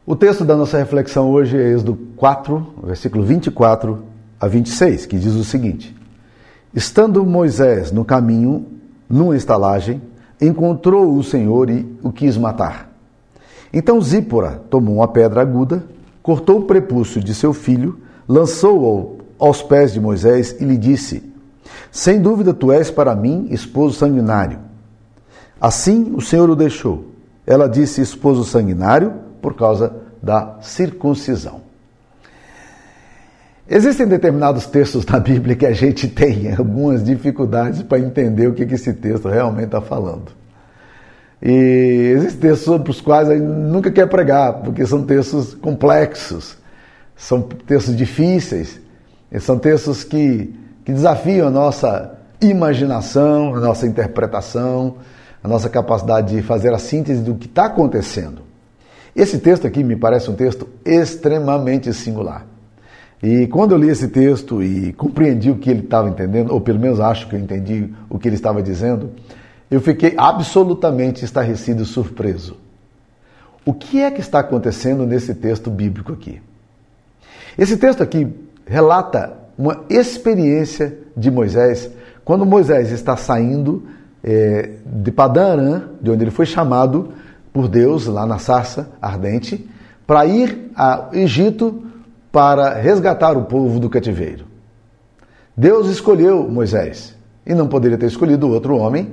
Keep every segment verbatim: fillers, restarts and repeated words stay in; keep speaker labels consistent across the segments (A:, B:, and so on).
A: O texto da nossa reflexão hoje é Êxodo quatro, versículo vinte e quatro a vinte e seis, que diz o seguinte: Estando Moisés no caminho, numa estalagem, encontrou o Senhor e o quis matar. Então Zípora tomou uma pedra aguda, cortou o prepúcio de seu filho, lançou-o aos pés de Moisés e lhe disse: Sem dúvida tu és para mim esposo sanguinário. Assim o Senhor o deixou. Ela disse esposo sanguinário por causa da circuncisão. Existem determinados textos na Bíblia que a gente tem algumas dificuldades para entender o que esse texto realmente está falando. E existem textos sobre os quais a gente nunca quer pregar, porque são textos complexos, são textos difíceis, são textos que, que desafiam a nossa imaginação, a nossa interpretação, a nossa capacidade de fazer a síntese do que está acontecendo. Esse texto aqui me parece um texto extremamente singular. E quando eu li esse texto e compreendi o que ele estava entendendo, ou pelo menos acho que eu entendi o que ele estava dizendo, eu fiquei absolutamente estarrecido e surpreso. O que é que está acontecendo nesse texto bíblico aqui? Esse texto aqui relata uma experiência de Moisés, quando Moisés está saindo é, de Padã Arã, de onde ele foi chamado por Deus, lá na sarça ardente, para ir ao Egito para resgatar o povo do cativeiro. Deus escolheu Moisés e não poderia ter escolhido outro homem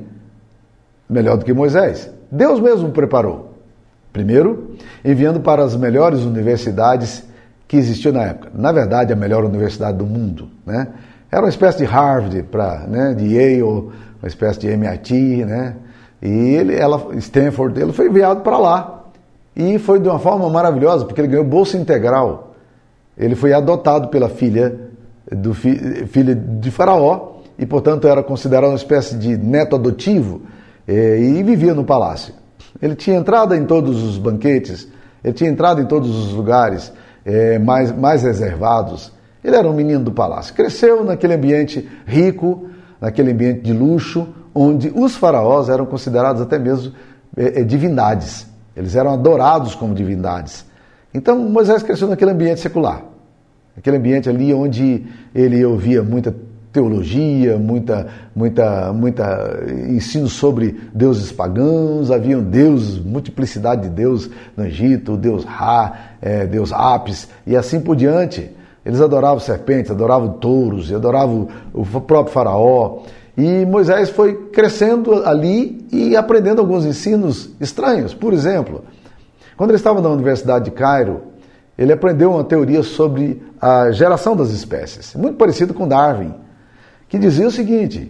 A: melhor do que Moisés. Deus mesmo o preparou. Primeiro, enviando para as melhores universidades que existiam na época. Na verdade, a melhor universidade do mundo, né? Era uma espécie de Harvard, pra, né, de Yale, uma espécie de M I T, né? E ele, ela, Stanford, ele foi enviado para lá. E foi de uma forma maravilhosa, porque ele ganhou bolsa integral. Ele foi adotado pela filha, do fi, filha de Faraó, e, portanto, era considerado uma espécie de neto adotivo, eh, e vivia no palácio. Ele tinha entrado em todos os banquetes, ele tinha entrado em todos os lugares eh, mais, mais reservados. Ele era um menino do palácio. Cresceu naquele ambiente rico, naquele ambiente de luxo, onde os faraós eram considerados até mesmo eh, divindades. Eles eram adorados como divindades. Então Moisés cresceu naquele ambiente secular. Aquele ambiente ali onde ele ouvia muita teologia, muita, muita, muita ensino sobre deuses pagãos, havia deuses, multiplicidade de deuses no Egito, o deus Ra, eh, deus Apis e assim por diante. Eles adoravam serpentes, adoravam touros, adoravam o próprio faraó. E Moisés foi crescendo ali e aprendendo alguns ensinos estranhos. Por exemplo, quando ele estava na Universidade de Cairo, ele aprendeu uma teoria sobre a geração das espécies, muito parecido com Darwin, que dizia o seguinte,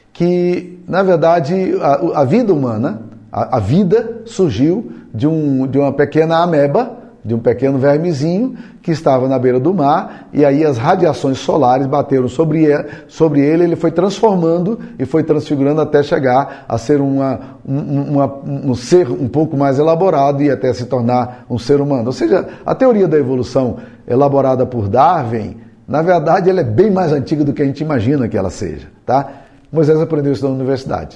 A: que, na verdade, a, a vida humana, a, a vida surgiu de, um, de uma pequena ameba, de um pequeno vermezinho que estava na beira do mar, e aí as radiações solares bateram sobre ele, sobre ele, ele foi transformando e foi transfigurando até chegar a ser uma, uma, um ser um pouco mais elaborado e até se tornar um ser humano. Ou seja, a teoria da evolução elaborada por Darwin, na verdade, ela é bem mais antiga do que a gente imagina que ela seja. Tá? Moisés aprendeu isso na universidade.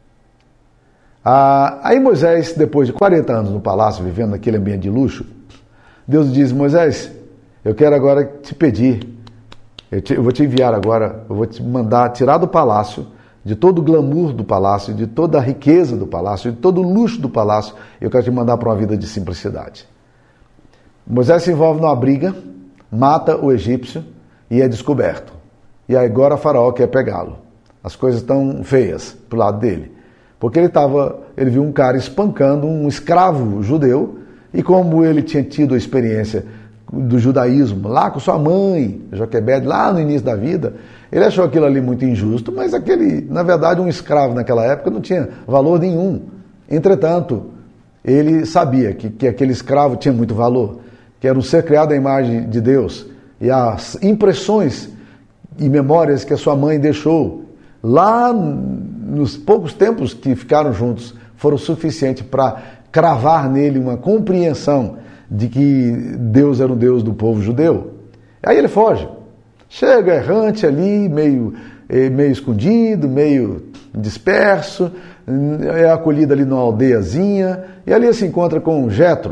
A: Ah, aí Moisés, depois de quarenta anos no palácio, vivendo naquele ambiente de luxo, Deus diz: Moisés, eu quero agora te pedir, eu, te, eu vou te enviar agora, eu vou te mandar tirar do palácio, de todo o glamour do palácio, de toda a riqueza do palácio, de todo o luxo do palácio, eu quero te mandar para uma vida de simplicidade. Moisés se envolve numa briga, mata o egípcio e é descoberto. E agora Faraó quer pegá-lo. As coisas estão feias pro lado dele. Porque ele, tava, ele viu um cara espancando um escravo judeu, e como ele tinha tido a experiência do judaísmo lá com sua mãe, Joquebede, lá no início da vida, ele achou aquilo ali muito injusto, mas aquele, na verdade, um escravo naquela época não tinha valor nenhum. Entretanto, ele sabia que, que aquele escravo tinha muito valor, que era um ser criado à imagem de Deus, e as impressões e memórias que a sua mãe deixou lá nos poucos tempos que ficaram juntos foram suficientes para cravar nele uma compreensão de que Deus era um Deus do povo judeu. Aí ele foge. Chega errante ali, meio, meio escondido, meio disperso, é acolhido ali numa aldeiazinha, e ali se encontra com Jetro,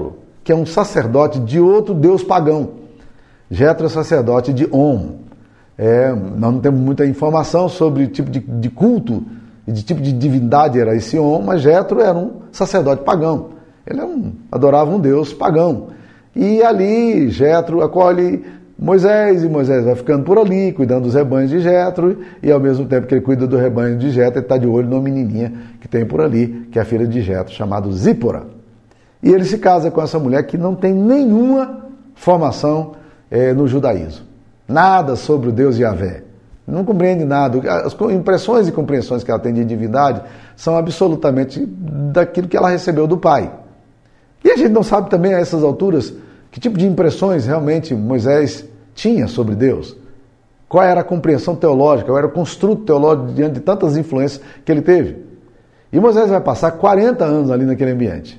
A: que é um sacerdote de outro deus pagão. Jetro é sacerdote de On. É, nós não temos muita informação sobre o tipo de, de culto e de tipo de divindade era esse On, mas Jetro era um sacerdote pagão. Ele é um, adorava um deus pagão. E ali Jetro acolhe Moisés, e Moisés vai ficando por ali, cuidando dos rebanhos de Jetro, e ao mesmo tempo que ele cuida do rebanho de Jetro, ele está de olho numa menininha que tem por ali, que é a filha de Jetro, chamada Zípora. E ele se casa com essa mulher que não tem nenhuma formação eh, no judaísmo. Nada sobre o Deus Yahvé. Não compreende nada. As impressões e compreensões que ela tem de divindade são absolutamente daquilo que ela recebeu do pai. E a gente não sabe também a essas alturas que tipo de impressões realmente Moisés tinha sobre Deus. Qual era a compreensão teológica, qual era o construto teológico diante de tantas influências que ele teve. E Moisés vai passar quarenta anos ali naquele ambiente.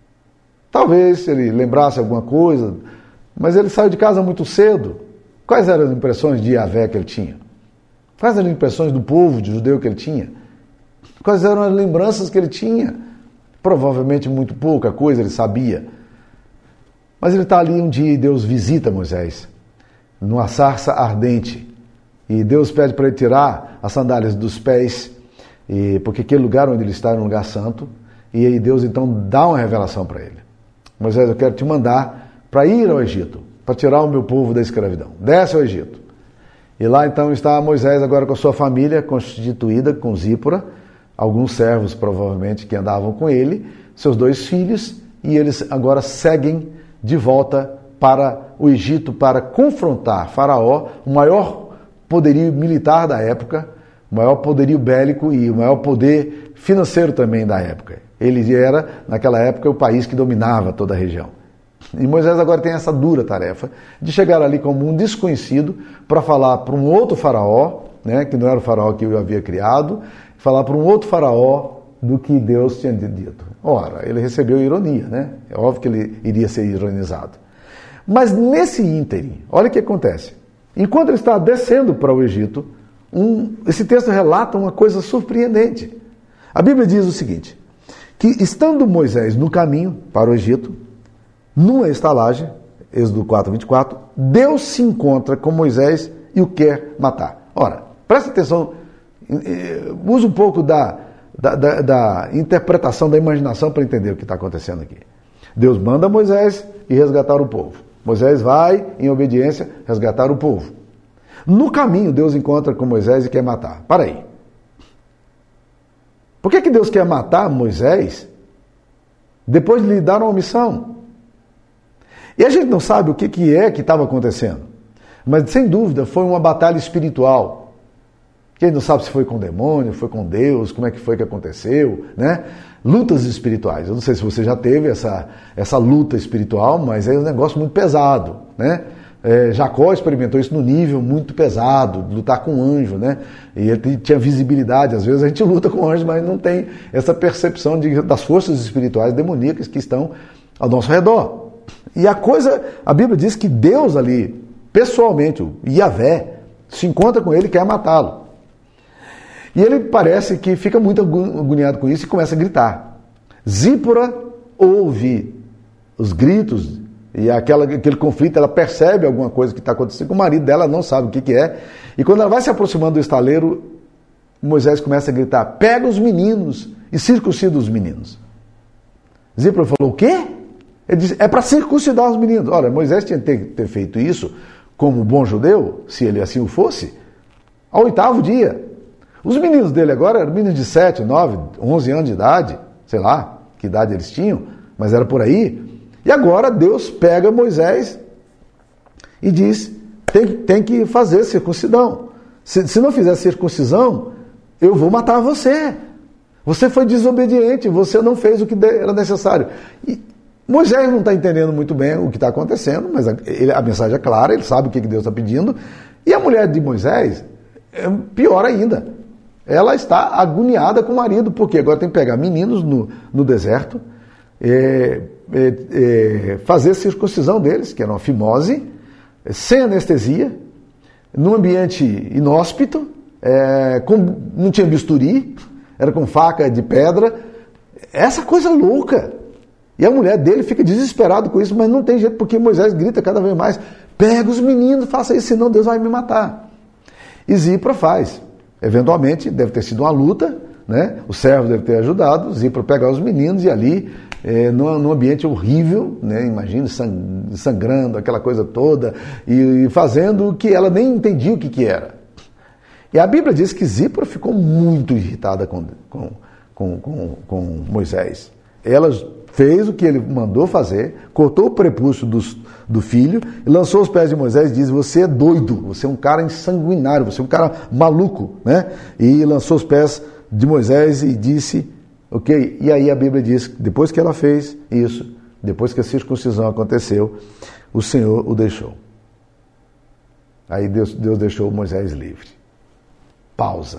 A: Talvez ele lembrasse alguma coisa, mas ele saiu de casa muito cedo. Quais eram as impressões de Yahvé que ele tinha? Quais eram as impressões do povo de judeu que ele tinha? Quais eram as lembranças que ele tinha? Provavelmente muito pouca coisa ele sabia. Mas ele está ali um dia e Deus visita Moisés, numa sarça ardente. E Deus pede para ele tirar as sandálias dos pés, e, porque aquele lugar onde ele está era um lugar santo. E aí Deus então dá uma revelação para ele. Moisés, eu quero te mandar para ir ao Egito, para tirar o meu povo da escravidão. Desce ao Egito. E lá então está Moisés agora com a sua família constituída, com Zípora, alguns servos provavelmente que andavam com ele, seus dois filhos, e eles agora seguem de volta para o Egito para confrontar Faraó, o maior poderio militar da época, o maior poderio bélico e o maior poder financeiro também da época. Ele era, naquela época, o país que dominava toda a região. E Moisés agora tem essa dura tarefa de chegar ali como um desconhecido para falar para um outro faraó, né, que não era o faraó que eu havia criado, falar para um outro faraó do que Deus tinha dito. Ora, ele recebeu ironia, né? É óbvio que ele iria ser ironizado. Mas nesse ínterim, olha o que acontece. Enquanto ele está descendo para o Egito, um, esse texto relata uma coisa surpreendente. A Bíblia diz o seguinte, que estando Moisés no caminho para o Egito, numa estalagem, Êxodo quatro, vinte e quatro, Deus se encontra com Moisés e o quer matar. Ora, presta atenção, usa um pouco da, da, da, da interpretação, da imaginação para entender o que está acontecendo aqui. Deus manda Moisés ir resgatar o povo. Moisés vai, em obediência, resgatar o povo. No caminho, Deus encontra com Moisés e quer matar. Para aí. Por que, que Deus quer matar Moisés depois de lhe dar uma missão? E a gente não sabe o que, que é que estava acontecendo. Mas, sem dúvida, foi uma batalha espiritual. Quem não sabe se foi com o demônio, foi com Deus, como é que foi que aconteceu, né? Lutas espirituais. Eu não sei se você já teve essa, essa luta espiritual, mas é um negócio muito pesado, né? É, Jacó experimentou isso no nível muito pesado, lutar com um anjo, né? E ele tinha visibilidade. Às vezes a gente luta com um anjo, mas não tem essa percepção de, das forças espirituais demoníacas que estão ao nosso redor. E a coisa, a Bíblia diz que Deus ali, pessoalmente, o Yahvé, se encontra com ele e quer matá-lo. E ele parece que fica muito agoniado com isso e começa a gritar. Zípora ouve os gritos e aquela, aquele conflito, ela percebe alguma coisa que está acontecendo com o marido dela, não sabe o que, que é. E quando ela vai se aproximando do estaleiro, Moisés começa a gritar, pega os meninos e circuncida os meninos. Zípora falou, o quê? Ele disse, é para circuncidar os meninos. Olha, Moisés tinha que ter feito isso como bom judeu, se ele assim o fosse, ao oitavo dia. Os meninos dele agora eram meninos de sete, nove, onze anos de idade, sei lá que idade eles tinham, mas era por aí. E agora Deus pega Moisés e diz, tem, tem que fazer circuncisão. Se, se não fizer circuncisão, eu vou matar você. Você foi desobediente, você não fez o que era necessário. E Moisés não está entendendo muito bem o que está acontecendo, mas a, ele, a mensagem é clara, ele sabe o que Deus está pedindo. E a mulher de Moisés, é pior ainda, ela está agoniada com o marido, porque agora tem que pegar meninos no, no deserto, é, é, é, fazer a circuncisão deles, que era uma fimose, sem anestesia, num ambiente inóspito, é, com, não tinha bisturi, era com faca de pedra, essa coisa louca. E a mulher dele fica desesperada com isso, mas não tem jeito, porque Moisés grita cada vez mais, pega os meninos, faça isso, senão Deus vai me matar. E Zípora faz. Eventualmente, deve ter sido uma luta, né? O servo deve ter ajudado, Zípora pegar os meninos e ali, é, num, num ambiente horrível, né? Imagina, sangrando, aquela coisa toda, e, e fazendo o que ela nem entendia o que, que era. E a Bíblia diz que Zípora ficou muito irritada com, com, com, com, com Moisés. Ela fez o que ele mandou fazer, cortou o prepúcio dos, do filho, e lançou os pés de Moisés e disse, você é doido, você é um cara insanguinário, você é um cara maluco, né? E lançou os pés de Moisés e disse, ok, e aí a Bíblia diz, depois que ela fez isso, depois que a circuncisão aconteceu, o Senhor o deixou. Aí Deus, Deus deixou Moisés livre. Pausa.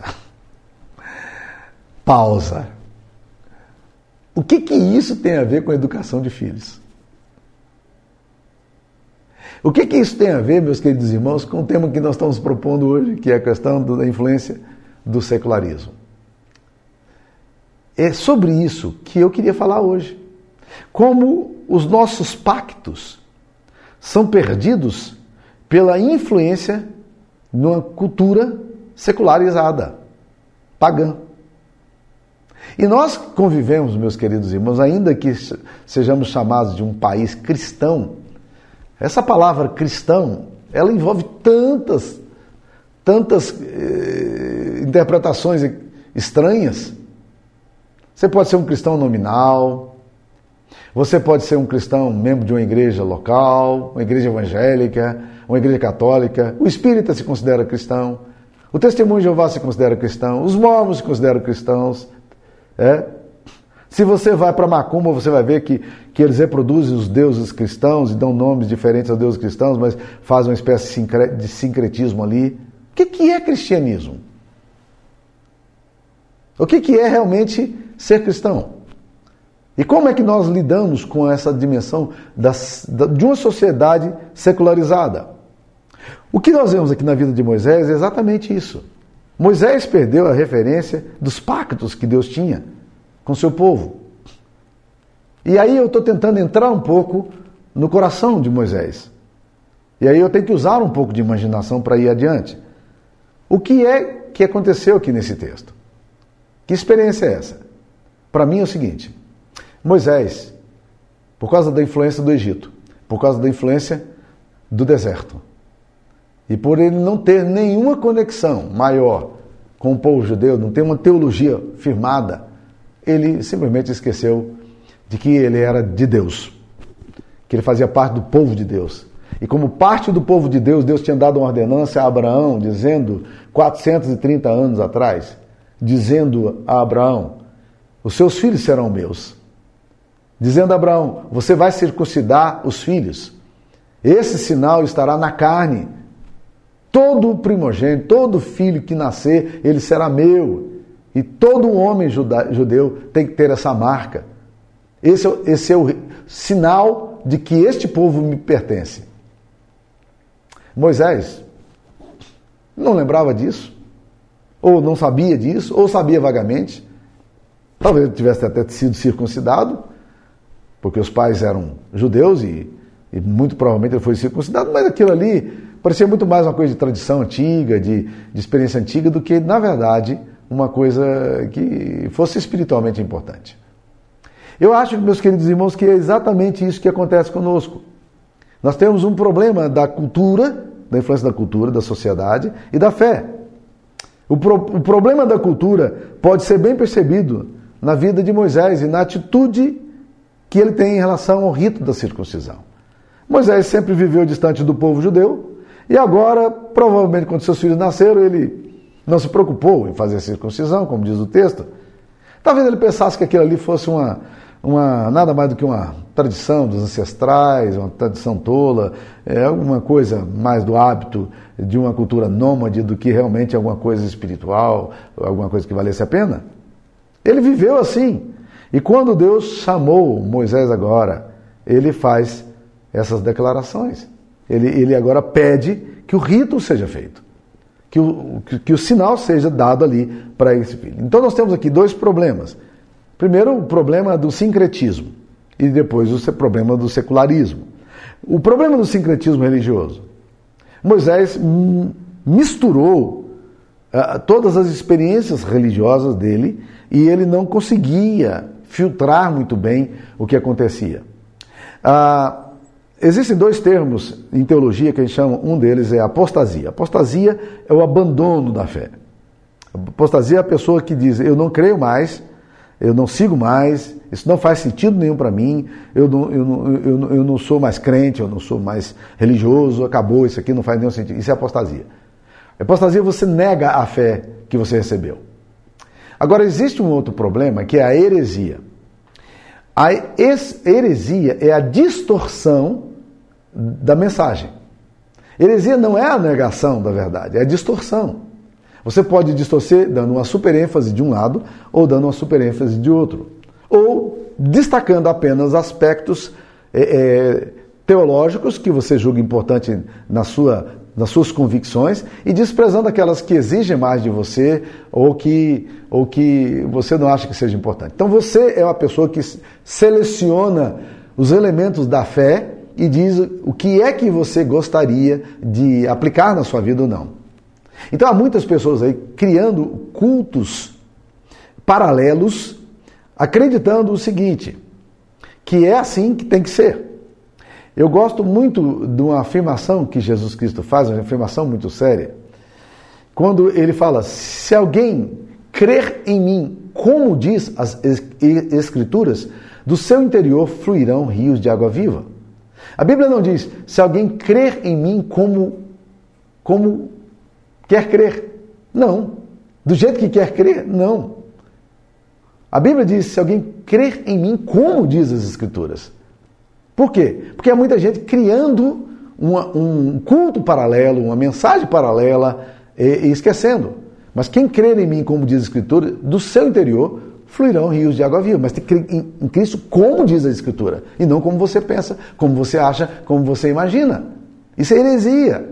A: Pausa. O que que isso tem a ver com a educação de filhos? O que que isso tem a ver, meus queridos irmãos, com o tema que nós estamos propondo hoje, que é a questão da influência do secularismo? É sobre isso que eu queria falar hoje. Como os nossos pactos são perdidos pela influência de uma cultura secularizada, pagã. E nós convivemos, meus queridos irmãos, ainda que sejamos chamados de um país cristão, essa palavra cristão, ela envolve tantas, tantas eh, interpretações estranhas. Você pode ser um cristão nominal, você pode ser um cristão membro de uma igreja local, uma igreja evangélica, uma igreja católica, o espírita se considera cristão, o testemunho de Jeová se considera cristão, os mormons se consideram cristãos. É? Se você vai para Macumba, você vai ver que, que eles reproduzem os deuses cristãos e dão nomes diferentes aos deuses cristãos, mas fazem uma espécie de sincretismo ali. O que, que é cristianismo? O que, que é realmente ser cristão? E como é que nós lidamos com essa dimensão das, da, de uma sociedade secularizada? O que nós vemos aqui na vida de Moisés é exatamente isso. Moisés perdeu a referência dos pactos que Deus tinha com seu povo. E aí eu estou tentando entrar um pouco no coração de Moisés. E aí eu tenho que usar um pouco de imaginação para ir adiante. O que é que aconteceu aqui nesse texto? Que experiência é essa? Para mim é o seguinte, Moisés, por causa da influência do Egito, por causa da influência do deserto, e por ele não ter nenhuma conexão maior com o povo judeu, não ter uma teologia firmada, ele simplesmente esqueceu de que ele era de Deus, que ele fazia parte do povo de Deus. E como parte do povo de Deus, Deus tinha dado uma ordenança a Abraão, dizendo, quatrocentos e trinta anos atrás, dizendo a Abraão, os seus filhos serão meus. Dizendo a Abraão, você vai circuncidar os filhos. Esse sinal estará na carne. Todo primogênito, todo filho que nascer, ele será meu. E todo homem judeu tem que ter essa marca. Esse, esse é o sinal de que este povo me pertence. Moisés não lembrava disso, ou não sabia disso, ou sabia vagamente. Talvez ele tivesse até sido circuncidado, porque os pais eram judeus e, e muito provavelmente ele foi circuncidado, mas aquilo ali parecia muito mais uma coisa de tradição antiga, de, de experiência antiga, do que, na verdade, uma coisa que fosse espiritualmente importante. Eu acho, meus queridos irmãos, que é exatamente isso que acontece conosco. Nós temos um problema da cultura, da influência da cultura, da sociedade e da fé. O, pro, o problema da cultura pode ser bem percebido na vida de Moisés e na atitude que ele tem em relação ao rito da circuncisão. Moisés sempre viveu distante do povo judeu, e agora, provavelmente, quando seus filhos nasceram, ele não se preocupou em fazer a circuncisão, como diz o texto. Talvez ele pensasse que aquilo ali fosse uma, uma, nada mais do que uma tradição dos ancestrais, uma tradição tola, é alguma coisa mais do hábito de uma cultura nômade do que realmente alguma coisa espiritual, alguma coisa que valesse a pena. Ele viveu assim. E quando Deus chamou Moisés agora, ele faz essas declarações. Ele, ele agora pede que o rito seja feito, que o, que, que o sinal seja dado ali para esse filho. Então nós temos aqui dois problemas. Primeiro, o problema do sincretismo. e depois o problema do secularismo. O problema do sincretismo religioso. Moisés misturou uh, todas as experiências religiosas dele e ele não conseguia filtrar muito bem o que acontecia. Uh, existem dois termos em teologia que a gente chama, um deles é apostasia. Apostasia é o abandono da fé. Apostasia é a pessoa que diz, eu não creio mais, eu não sigo mais, isso não faz sentido nenhum para mim, eu não, eu, não, eu, não, eu não sou mais crente, eu não sou mais religioso, acabou, isso aqui não faz nenhum sentido. Isso é apostasia. Apostasia você nega a fé que você recebeu. Agora existe um outro problema que é a heresia. A heresia é a distorção da mensagem. Heresia não é a negação da verdade, é a distorção. Você pode distorcer dando uma superênfase de um lado ou dando uma superênfase de outro. Ou destacando apenas aspectos é, é, teológicos que você julga importante na sua, nas suas convicções e desprezando aquelas que exigem mais de você ou que, ou que você não acha que seja importante. Então você é uma pessoa que seleciona os elementos da fé e diz o que é que você gostaria de aplicar na sua vida ou não. Então há muitas pessoas aí criando cultos paralelos, acreditando o seguinte, que é assim que tem que ser. Eu gosto muito de uma afirmação que Jesus Cristo faz, uma afirmação muito séria, quando ele fala, se alguém crer em mim, como diz as Escrituras, do seu interior fluirão rios de água viva. A Bíblia não diz, se alguém crer em mim como, como quer crer. Não. Do jeito que quer crer, não. A Bíblia diz, se alguém crer em mim, como diz as Escrituras. Por quê? Porque há muita gente criando uma, um culto paralelo, uma mensagem paralela e, e esquecendo. Mas quem crer em mim, como diz a Escritura, do seu interior fluirão rios de água viva. Mas tem que crer em, em Cristo como diz a Escritura. E não como você pensa, como você acha, como você imagina. Isso é heresia.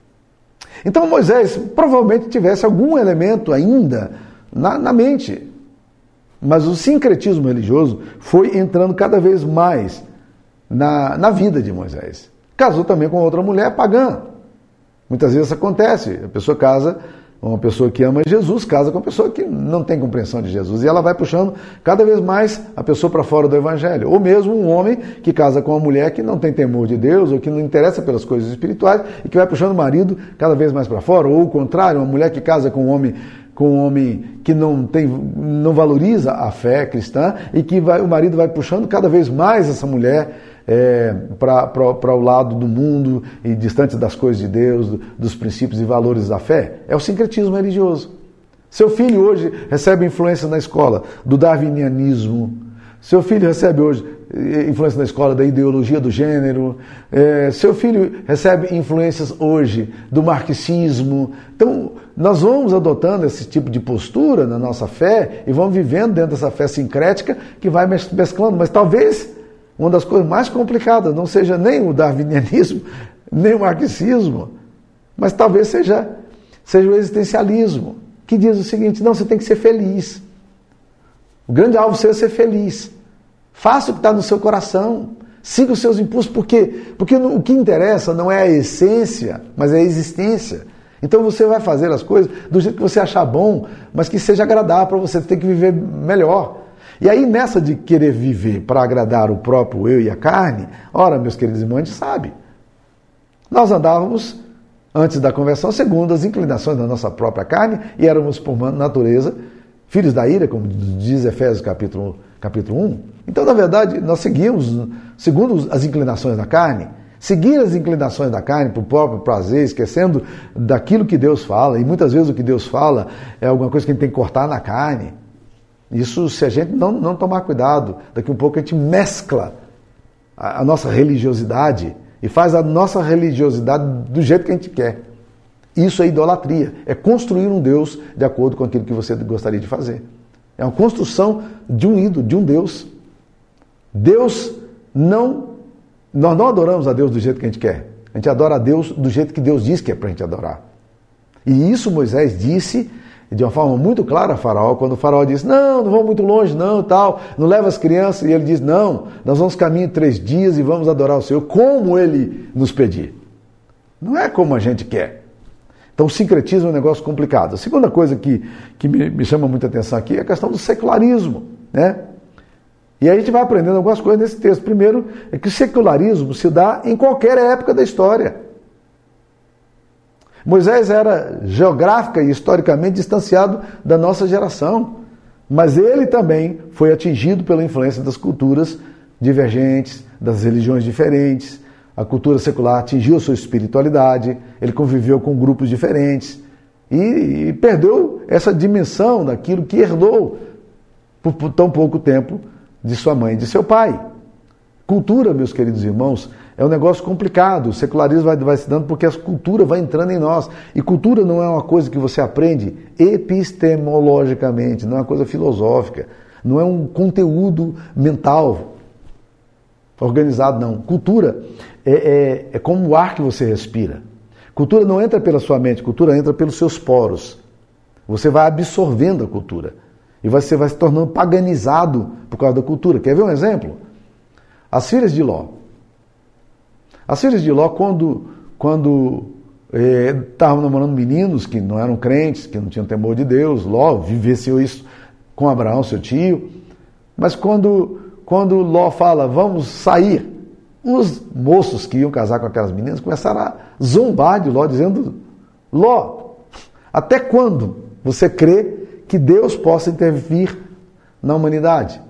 A: Então Moisés provavelmente tivesse algum elemento ainda na, na mente. Mas o sincretismo religioso foi entrando cada vez mais na, na vida de Moisés. Casou também com outra mulher pagã. Muitas vezes acontece. A pessoa casa, uma pessoa que ama Jesus, casa com uma pessoa que não tem compreensão de Jesus. E ela vai puxando cada vez mais a pessoa para fora do Evangelho. Ou mesmo um homem que casa com uma mulher que não tem temor de Deus, ou que não interessa pelas coisas espirituais, e que vai puxando o marido cada vez mais para fora. Ou o contrário, uma mulher que casa com um homem, com um homem que não, tem, não valoriza a fé cristã, e que vai, o marido vai puxando cada vez mais essa mulher É, para o lado do mundo e distante das coisas de Deus, do, dos princípios e valores da fé. É o sincretismo religioso. Seu filho hoje recebe influência na escola do darwinianismo. Seu filho recebe hoje influência na escola da ideologia do gênero. É, seu filho recebe influências hoje do marxismo. Então, nós vamos adotando esse tipo de postura na nossa fé e vamos vivendo dentro dessa fé sincrética que vai mesclando. Mas talvez uma das coisas mais complicadas não seja nem o darwinianismo, nem o marxismo, mas talvez seja, seja o existencialismo, que diz o seguinte, não, você tem que ser feliz. O grande alvo seu é ser feliz. Faça o que está no seu coração. Siga os seus impulsos. Por quê? Porque o que interessa não é a essência, mas é a existência. Então você vai fazer as coisas do jeito que você achar bom, mas que seja agradável para você. Você tem que viver melhor. E aí, nessa de querer viver para agradar o próprio eu e a carne, ora, meus queridos irmãos, a gente sabe. Nós andávamos, antes da conversão, segundo as inclinações da nossa própria carne, e éramos, por natureza, filhos da ira, como diz Efésios capítulo, capítulo um. Então, na verdade, nós seguimos, segundo as inclinações da carne, seguir as inclinações da carne para o próprio prazer, esquecendo daquilo que Deus fala, e muitas vezes o que Deus fala é alguma coisa que a gente tem que cortar na carne. Isso, se a gente não, não tomar cuidado, daqui a um pouco a gente mescla a, a nossa religiosidade e faz a nossa religiosidade do jeito que a gente quer. Isso é idolatria, é construir um Deus de acordo com aquilo que você gostaria de fazer. É uma construção de um ídolo, de um Deus. Deus não... Nós não adoramos a Deus do jeito que a gente quer. A gente adora a Deus do jeito que Deus diz que é para a gente adorar. E isso Moisés disse de uma forma muito clara a Faraó, quando o Faraó diz, não, não vamos muito longe não, tal, não leva as crianças, e ele diz, não, nós vamos caminhar três dias e vamos adorar o Senhor, como ele nos pedir. Não é como a gente quer. Então o sincretismo é um negócio complicado. A segunda coisa que, que me, me chama muita atenção aqui é a questão do secularismo, né? E aí a gente vai aprendendo algumas coisas nesse texto. Primeiro, é que o secularismo se dá em qualquer época da história. Moisés era geográfica e historicamente distanciado da nossa geração, mas ele também foi atingido pela influência das culturas divergentes, das religiões diferentes. A cultura secular atingiu a sua espiritualidade, ele conviveu com grupos diferentes e, e perdeu essa dimensão daquilo que herdou por, por tão pouco tempo de sua mãe e de seu pai. Cultura, meus queridos irmãos, é um negócio complicado. O secularismo vai, vai se dando porque a cultura vai entrando em nós. E cultura não é uma coisa que você aprende epistemologicamente, não é uma coisa filosófica, não é um conteúdo mental organizado, não. Cultura é, é, é como o ar que você respira. Cultura não entra pela sua mente, cultura entra pelos seus poros. Você vai absorvendo a cultura. E você vai se tornando paganizado por causa da cultura. Quer ver um exemplo? As filhas de Ló. As filhas de Ló, quando quando estavam é, namorando meninos que não eram crentes, que não tinham temor de Deus, Ló vivenciou isso com Abraão, seu tio. Mas quando, quando Ló fala, vamos sair, os moços que iam casar com aquelas meninas começaram a zombar de Ló, dizendo, Ló, até quando você crê que Deus possa intervir na humanidade?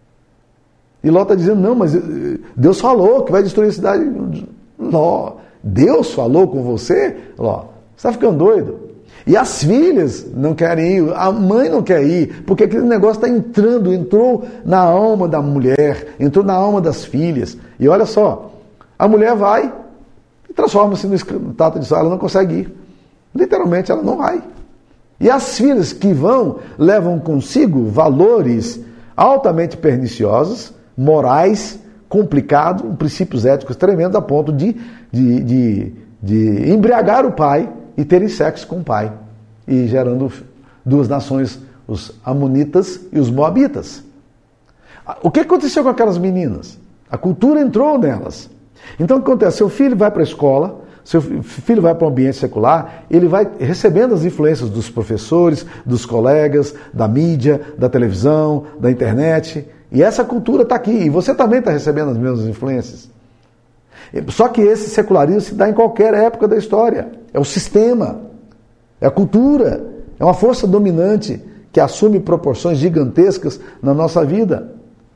A: E Ló está dizendo, não, mas Deus falou que vai destruir a cidade. Ló, Deus falou com você? Ló, você está ficando doido? E as filhas não querem ir, a mãe não quer ir, porque aquele negócio está entrando, entrou na alma da mulher, entrou na alma das filhas. E olha só, a mulher vai e transforma-se no estátua de sal, ela não consegue ir. Literalmente, ela não vai. E as filhas que vão, levam consigo valores altamente perniciosos, morais, complicados, princípios éticos tremendos, a ponto de, de, de, de embriagar o pai e terem sexo com o pai, e gerando duas nações, os amonitas e os moabitas. O que aconteceu com aquelas meninas? A cultura entrou nelas. Então o que acontece? Seu filho vai para a escola, seu filho vai para o ambiente secular, ele vai recebendo as influências dos professores, dos colegas, da mídia, da televisão, da internet. E essa cultura está aqui. E você também está recebendo as mesmas influências. Só que esse secularismo se dá em qualquer época da história. É o sistema, é a cultura, é uma força dominante que assume proporções gigantescas na nossa vida.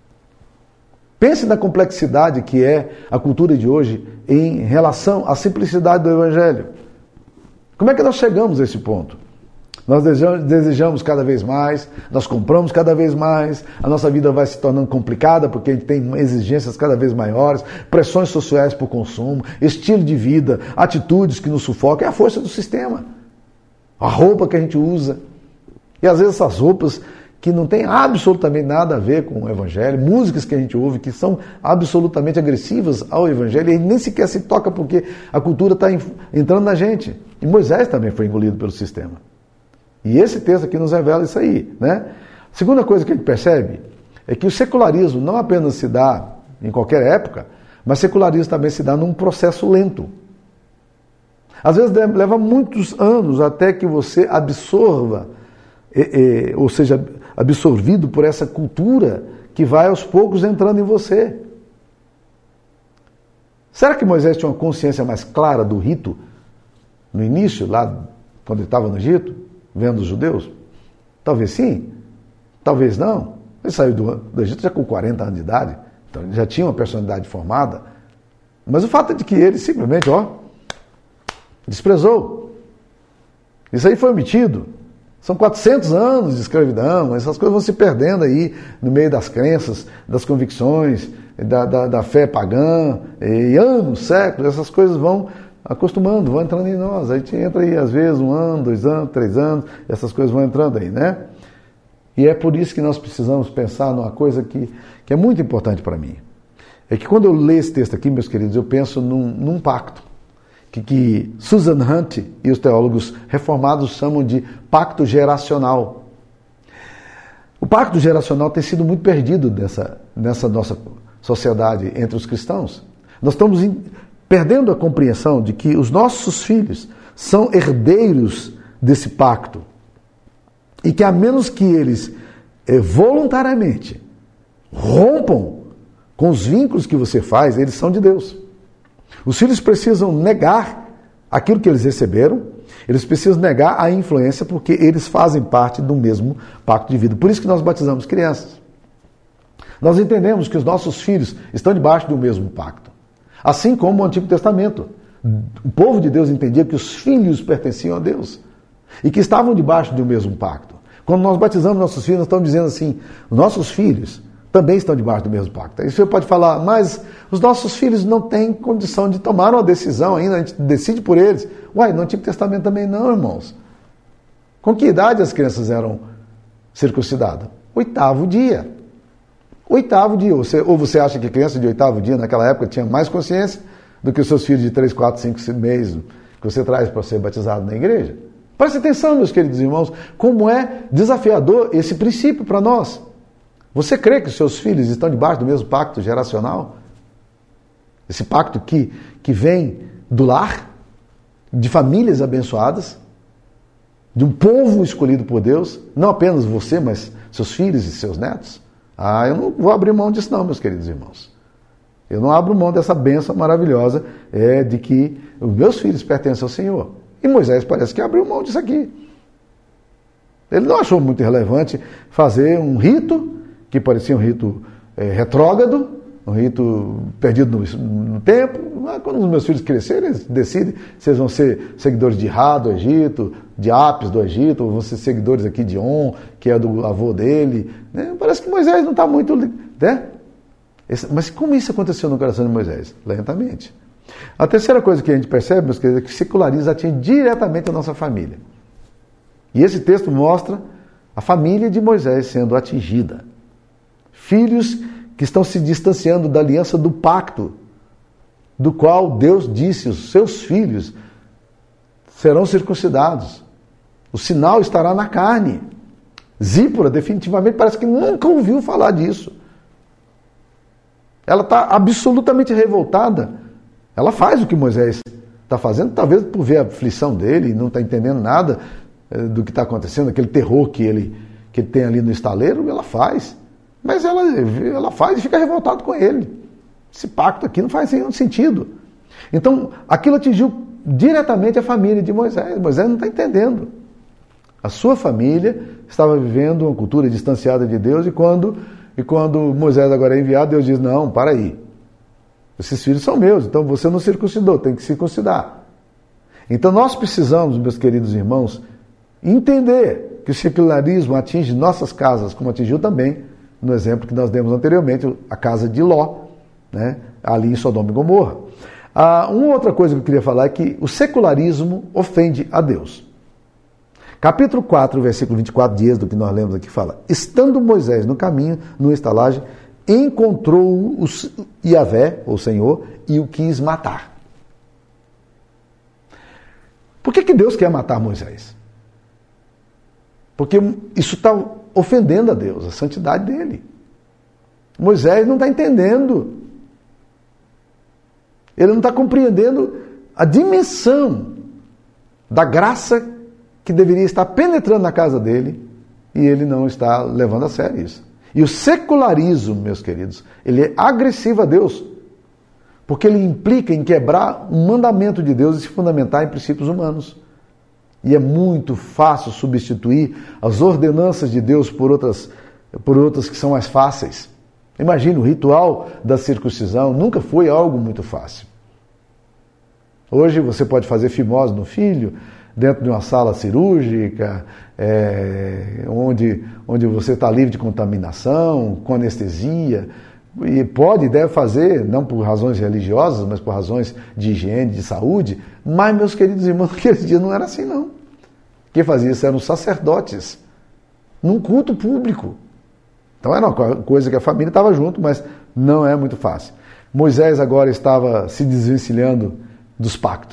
A: Pense na complexidade que é a cultura de hoje em relação à simplicidade do Evangelho. Como é que nós chegamos a esse ponto? Nós desejamos cada vez mais, nós compramos cada vez mais, a nossa vida vai se tornando complicada porque a gente tem exigências cada vez maiores, pressões sociais por consumo, estilo de vida, atitudes que nos sufocam, é a força do sistema. A roupa que a gente usa. E às vezes essas roupas que não têm absolutamente nada a ver com o Evangelho, músicas que a gente ouve que são absolutamente agressivas ao Evangelho, e nem sequer se toca porque a cultura está entrando na gente. E Moisés também foi engolido pelo sistema. E esse texto aqui nos revela isso aí, né? A segunda coisa que a gente percebe é que o secularismo não apenas se dá em qualquer época, mas secularismo também se dá num processo lento. Às vezes leva muitos anos até que você absorva, é, é, ou seja, absorvido por essa cultura que vai aos poucos entrando em você. Será que Moisés tinha uma consciência mais clara do rito no início, lá quando ele estava no Egito? Vendo os judeus? Talvez sim, talvez não. Ele saiu do, do Egito já com quarenta anos de idade, então ele já tinha uma personalidade formada. Mas o fato é de que ele simplesmente, ó, desprezou. Isso aí foi omitido. São quatrocentos anos de escravidão, essas coisas vão se perdendo aí no meio das crenças, das convicções, da, da, da fé pagã, e anos, séculos, essas coisas vão acostumando, vão entrando em nós. A gente entra aí, às vezes, um ano, dois anos, três anos, essas coisas vão entrando aí, né? E é por isso que nós precisamos pensar numa coisa que, que é muito importante para mim. É que quando eu leio esse texto aqui, meus queridos, eu penso num, num pacto que, que Susan Hunt e os teólogos reformados chamam de pacto geracional. O pacto geracional tem sido muito perdido nessa, nessa nossa sociedade entre os cristãos. Nós estamos in, perdendo a compreensão de que os nossos filhos são herdeiros desse pacto e que a menos que eles eh, voluntariamente rompam com os vínculos que você faz, eles são de Deus. Os filhos precisam negar aquilo que eles receberam, eles precisam negar a influência porque eles fazem parte do mesmo pacto de vida. Por isso que nós batizamos crianças. Nós entendemos que os nossos filhos estão debaixo do mesmo pacto. Assim como o Antigo Testamento. O povo de Deus entendia que os filhos pertenciam a Deus e que estavam debaixo do mesmo pacto. Quando nós batizamos nossos filhos, nós estamos dizendo assim, os nossos filhos também estão debaixo do mesmo pacto. Aí você pode falar, mas os nossos filhos não têm condição de tomar uma decisão ainda, a gente decide por eles. Uai, no Antigo Testamento também não, irmãos. Com que idade as crianças eram circuncidadas? Oitavo dia. Oitavo dia. Você, ou você acha que criança de oitavo dia, naquela época, tinha mais consciência do que os seus filhos de três, quatro, cinco meses que você traz para ser batizado na igreja? Preste atenção, meus queridos irmãos, como é desafiador esse princípio para nós. Você crê que os seus filhos estão debaixo do mesmo pacto geracional? Esse pacto que, que vem do lar, de famílias abençoadas, de um povo escolhido por Deus, não apenas você, mas seus filhos e seus netos? Ah, eu não vou abrir mão disso não, meus queridos irmãos. Eu não abro mão dessa bênção maravilhosa é, de que os meus filhos pertencem ao Senhor. E Moisés parece que abriu mão disso aqui. Ele não achou muito relevante fazer um rito que parecia um rito é, retrógrado, um rito perdido no, no tempo. Mas quando os meus filhos crescerem, eles decidem se eles vão ser seguidores de Ra do Egito, de Apis do Egito, ou vão ser seguidores aqui de On, que é do avô dele. Né? Parece que Moisés não está muito... Né? Esse, mas como isso aconteceu no coração de Moisés? Lentamente. A terceira coisa que a gente percebe, meus queridos, é que o secularismo atinge diretamente a nossa família. E esse texto mostra a família de Moisés sendo atingida. Filhos que estão se distanciando da aliança do pacto, do qual Deus disse, os seus filhos serão circuncidados. O sinal estará na carne. Zípora, definitivamente, parece que nunca ouviu falar disso. Ela está absolutamente revoltada. Ela faz o que Moisés está fazendo, talvez por ver a aflição dele e não está entendendo nada do que está acontecendo, aquele terror que ele, que ele tem ali no estaleiro, ela faz. Mas ela, ela faz e fica revoltada com ele. Esse pacto aqui não faz nenhum sentido. Então, aquilo atingiu diretamente a família de Moisés. Moisés não está entendendo. A sua família estava vivendo uma cultura distanciada de Deus e quando, e quando Moisés agora é enviado, Deus diz, não, para aí. Esses filhos são meus, então você não circuncidou, tem que circuncidar. Então nós precisamos, meus queridos irmãos, entender que o secularismo atinge nossas casas, como atingiu também, no exemplo que nós demos anteriormente, a casa de Ló, né, ali em Sodoma e Gomorra. Ah, uma outra coisa que eu queria falar é que o secularismo ofende a Deus. Capítulo quatro, versículo vinte e quatro de Êxodo, que nós lemos aqui, fala, estando Moisés no caminho, numa estalagem, encontrou o Yahvé, o Senhor, e o quis matar. Por que, que Deus quer matar Moisés? Porque isso está ofendendo a Deus, a santidade dele. Moisés não está entendendo. Ele não está compreendendo a dimensão da graça que deveria estar penetrando na casa dele e ele não está levando a sério isso. E o secularismo, meus queridos, ele é agressivo a Deus, porque ele implica em quebrar um mandamento de Deus e se fundamentar em princípios humanos. E é muito fácil substituir as ordenanças de Deus por outras, por outras que são mais fáceis. Imagina, o ritual da circuncisão nunca foi algo muito fácil. Hoje você pode fazer fimose no filho, dentro de uma sala cirúrgica, é, onde, onde você está livre de contaminação, com anestesia, e pode e deve fazer, não por razões religiosas, mas por razões de higiene, de saúde, mas, meus queridos irmãos, naquele dia não era assim, não. Quem fazia isso eram os sacerdotes, num culto público. Então era uma coisa que a família estava junto, mas não é muito fácil. Moisés agora estava se desvencilhando dos pactos.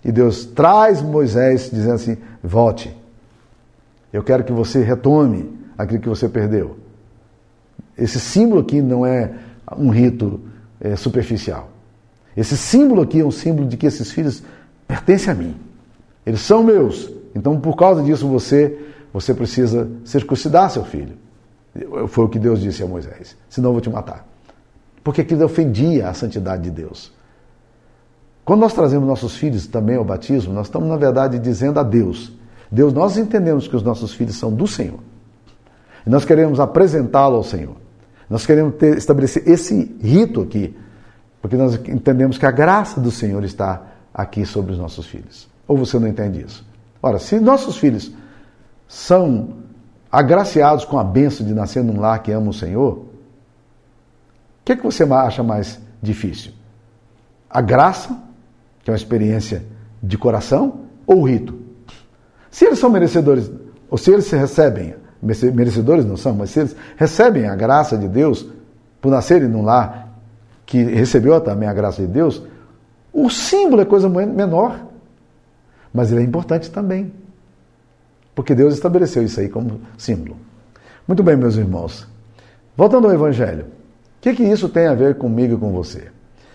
A: E Deus traz Moisés dizendo assim, volte. Eu quero que você retome aquilo que você perdeu. Esse símbolo aqui não é um rito é, superficial. Esse símbolo aqui é um símbolo de que esses filhos pertencem a mim. Eles são meus. Então, por causa disso, você, você precisa circuncidar seu filho. Foi o que Deus disse a Moisés. Senão eu vou te matar. Porque aquilo ofendia a santidade de Deus. Quando nós trazemos nossos filhos também ao batismo, nós estamos, na verdade, dizendo a Deus. Deus, nós entendemos que os nossos filhos são do Senhor. E nós queremos apresentá-lo ao Senhor. Nós queremos ter, estabelecer esse rito aqui, porque nós entendemos que a graça do Senhor está aqui sobre os nossos filhos. Ou você não entende isso? Ora, se nossos filhos são agraciados com a bênção de nascer num lar que ama o Senhor, o que, é que você acha mais difícil? A graça, que é uma experiência de coração, ou o rito? Se eles são merecedores, ou se eles se recebem, merecedores não são, mas se eles recebem a graça de Deus, por nascerem num lar que recebeu também a graça de Deus, o símbolo é coisa menor, mas ele é importante também, porque Deus estabeleceu isso aí como símbolo. Muito bem, meus irmãos, voltando ao Evangelho, o que, que isso tem a ver comigo e com você?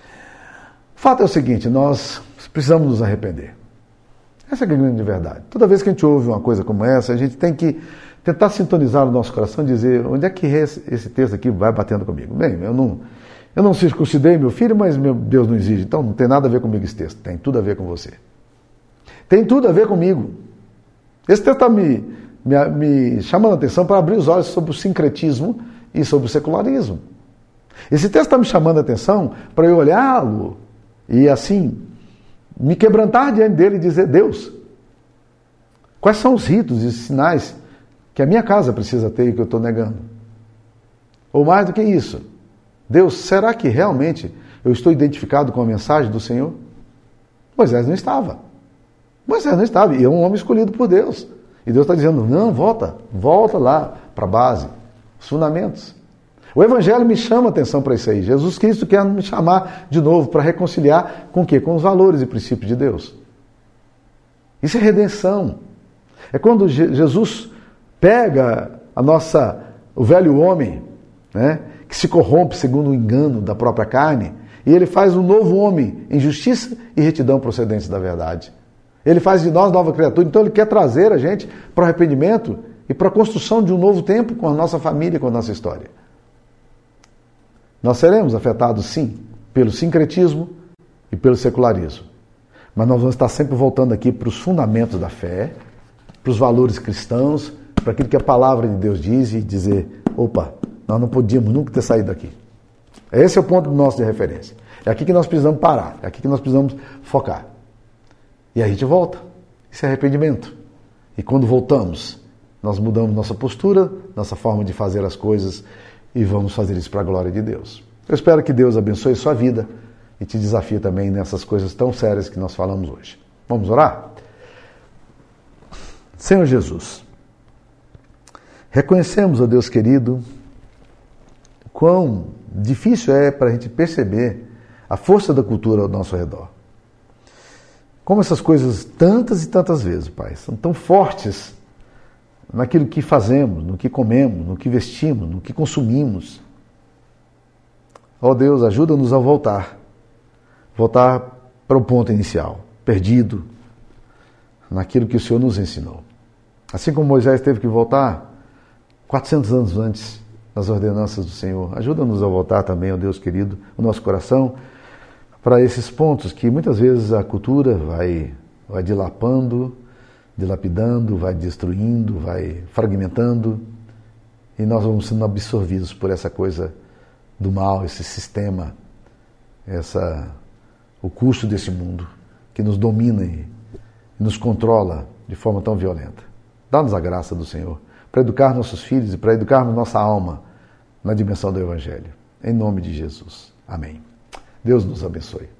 A: O fato é o seguinte, nós precisamos nos arrepender. Essa é a grande verdade. Toda vez que a gente ouve uma coisa como essa, a gente tem que tentar sintonizar o nosso coração e dizer, onde é que esse, esse texto aqui vai batendo comigo? Bem, eu não, eu não circuncidei meu filho, mas meu Deus não exige. Então não tem nada a ver comigo esse texto. Tem tudo a ver com você. Tem tudo a ver comigo. Esse texto está me, me, me chamando a atenção para abrir os olhos sobre o sincretismo e sobre o secularismo. Esse texto está me chamando a atenção para eu olhá-lo e assim me quebrantar diante dele e dizer, Deus, quais são os ritos e sinais que a minha casa precisa ter e que eu estou negando? Ou mais do que isso, Deus, será que realmente eu estou identificado com a mensagem do Senhor? Moisés não estava. Moisés não estava, e é um homem escolhido por Deus. E Deus está dizendo, não, volta, volta lá para a base, os fundamentos. O Evangelho me chama a atenção para isso aí. Jesus Cristo quer me chamar de novo para reconciliar com o quê? Com os valores e princípios de Deus. Isso é redenção. É quando Jesus pega a nossa, o velho homem, né, que se corrompe segundo o engano da própria carne, e ele faz um novo homem em justiça e retidão procedentes da verdade. Ele faz de nós nova criatura, então ele quer trazer a gente para o arrependimento e para a construção de um novo tempo com a nossa família, com a nossa história. Nós seremos afetados, sim, pelo sincretismo e pelo secularismo. Mas nós vamos estar sempre voltando aqui para os fundamentos da fé, para os valores cristãos, para aquilo que a palavra de Deus diz e dizer, opa, nós não podíamos nunca ter saído daqui. Esse é o ponto nosso de referência. É aqui que nós precisamos parar, é aqui que nós precisamos focar. E aí a gente volta. Isso é arrependimento. E quando voltamos, nós mudamos nossa postura, nossa forma de fazer as coisas e vamos fazer isso para a glória de Deus. Eu espero que Deus abençoe sua vida e te desafie também nessas coisas tão sérias que nós falamos hoje. Vamos orar? Senhor Jesus, reconhecemos, ó Deus querido, quão difícil é para a gente perceber a força da cultura ao nosso redor. Como essas coisas, tantas e tantas vezes, Pai, são tão fortes naquilo que fazemos, no que comemos, no que vestimos, no que consumimos. Ó Deus, ajuda-nos a voltar. Voltar para o ponto inicial, perdido, naquilo que o Senhor nos ensinou. Assim como Moisés teve que voltar quatrocentos anos antes das ordenanças do Senhor, ajuda-nos a voltar também, ó Deus querido, o nosso coração, para esses pontos que muitas vezes a cultura vai, vai dilapando, dilapidando, vai destruindo, vai fragmentando, e nós vamos sendo absorvidos por essa coisa do mal, esse sistema, essa, o custo desse mundo que nos domina e nos controla de forma tão violenta. Dá-nos a graça do Senhor para educar nossos filhos e para educarmos nossa alma na dimensão do Evangelho. Em nome de Jesus. Amém. Deus nos abençoe.